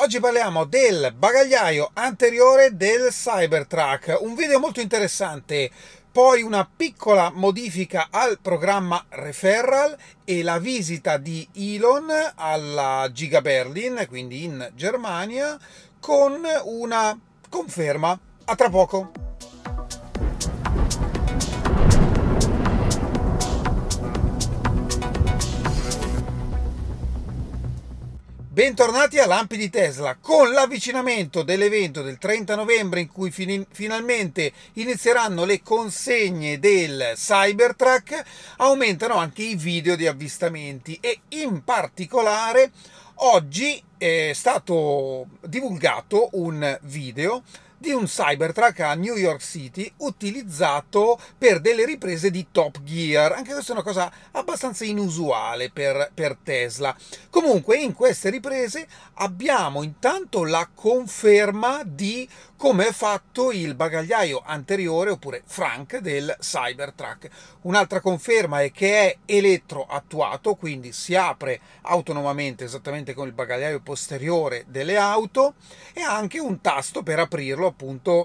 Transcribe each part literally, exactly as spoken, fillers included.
Oggi parliamo del bagagliaio anteriore del Cybertruck, un video molto interessante, poi una piccola modifica al programma Referral e la visita di Elon alla Giga Berlin, quindi in Germania, con una conferma. A tra poco! Bentornati a Lampi di Tesla. Con l'avvicinamento dell'evento del trenta novembre in cui fin- finalmente inizieranno le consegne del Cybertruck, aumentano anche i video di avvistamenti e in particolare oggi è stato divulgato un video di un Cybertruck a New York City utilizzato per delle riprese di Top Gear. Anche questa è una cosa abbastanza inusuale per, per Tesla. Comunque in queste riprese abbiamo intanto la conferma di come è fatto il bagagliaio anteriore oppure Frank del Cybertruck. Un'altra conferma è che è elettroattuato, quindi si apre autonomamente esattamente come il bagagliaio posteriore delle auto, e ha anche un tasto per aprirlo, appunto,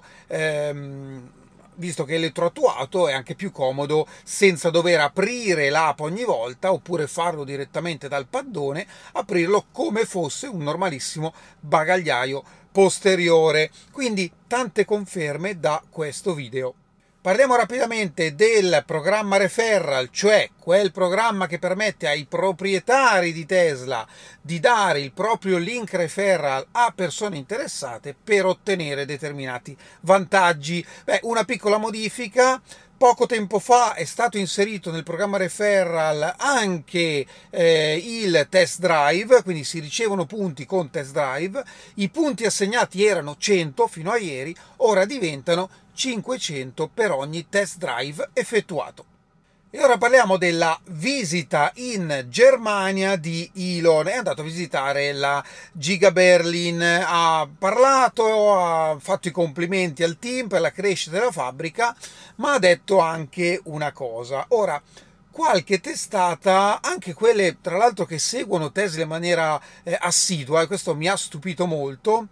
ehm, visto che è elettroattuato è anche più comodo senza dover aprire l'app ogni volta oppure farlo direttamente dal paddone, aprirlo come fosse un normalissimo bagagliaio posteriore. Quindi tante conferme da questo video. Parliamo rapidamente del programma Referral, cioè quel programma che permette ai proprietari di Tesla di dare il proprio link referral a persone interessate per ottenere determinati vantaggi. Beh, una piccola modifica. Poco tempo fa è stato inserito nel programma Referral anche eh, il test drive, quindi si ricevono punti con test drive. I punti assegnati erano cento fino a ieri, ora diventano cinquecento per ogni test drive effettuato. E ora parliamo della visita in Germania di Elon. È andato a visitare la Giga Berlin, ha parlato, ha fatto i complimenti al team per la crescita della fabbrica, ma ha detto anche una cosa. Ora, qualche testata, anche quelle tra l'altro che seguono Tesla in maniera eh, assidua, e questo mi ha stupito molto,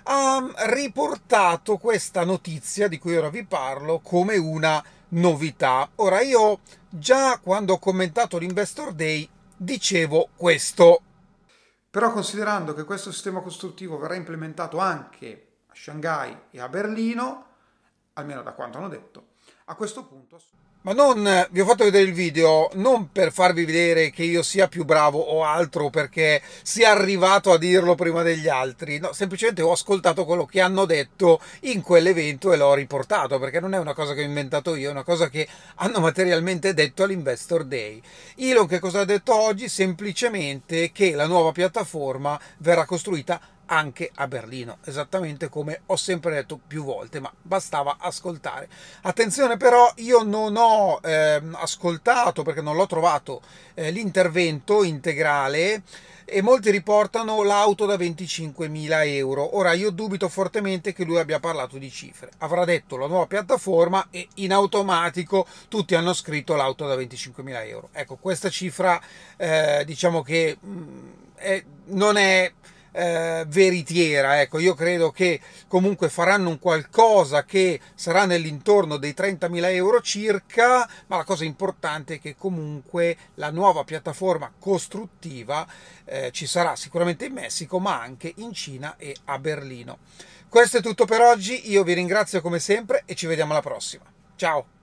ha riportato questa notizia di cui ora vi parlo come una novità. Ora, io già quando ho commentato l'Investor Day dicevo questo. Però considerando che questo sistema costruttivo verrà implementato anche a Shanghai e a Berlino, almeno da quanto hanno detto, a questo punto... Ma non vi ho fatto vedere il video non per farvi vedere che io sia più bravo o altro perché sia arrivato a dirlo prima degli altri, no, semplicemente ho ascoltato quello che hanno detto in quell'evento e l'ho riportato, perché non è una cosa che ho inventato io, è una cosa che hanno materialmente detto all'Investor Day. Elon che cosa ha detto oggi? Semplicemente che la nuova piattaforma verrà costruita anche a Berlino, esattamente come ho sempre detto più volte, ma bastava ascoltare. Attenzione però, io non ho eh, ascoltato, perché non l'ho trovato, eh, l'intervento integrale, e molti riportano l'auto da venticinquemila euro. Ora, io dubito fortemente che lui abbia parlato di cifre. Avrà detto la nuova piattaforma e in automatico tutti hanno scritto l'auto da venticinquemila euro. Ecco, questa cifra eh, diciamo che mh, è, non è Eh, veritiera. Ecco, io credo che comunque faranno un qualcosa che sarà nell'intorno dei trentamila euro circa, ma la cosa importante è che comunque la nuova piattaforma costruttiva eh, ci sarà sicuramente in Messico, ma anche in Cina e a Berlino. Questo è tutto per oggi, io vi ringrazio come sempre e ci vediamo alla prossima. Ciao!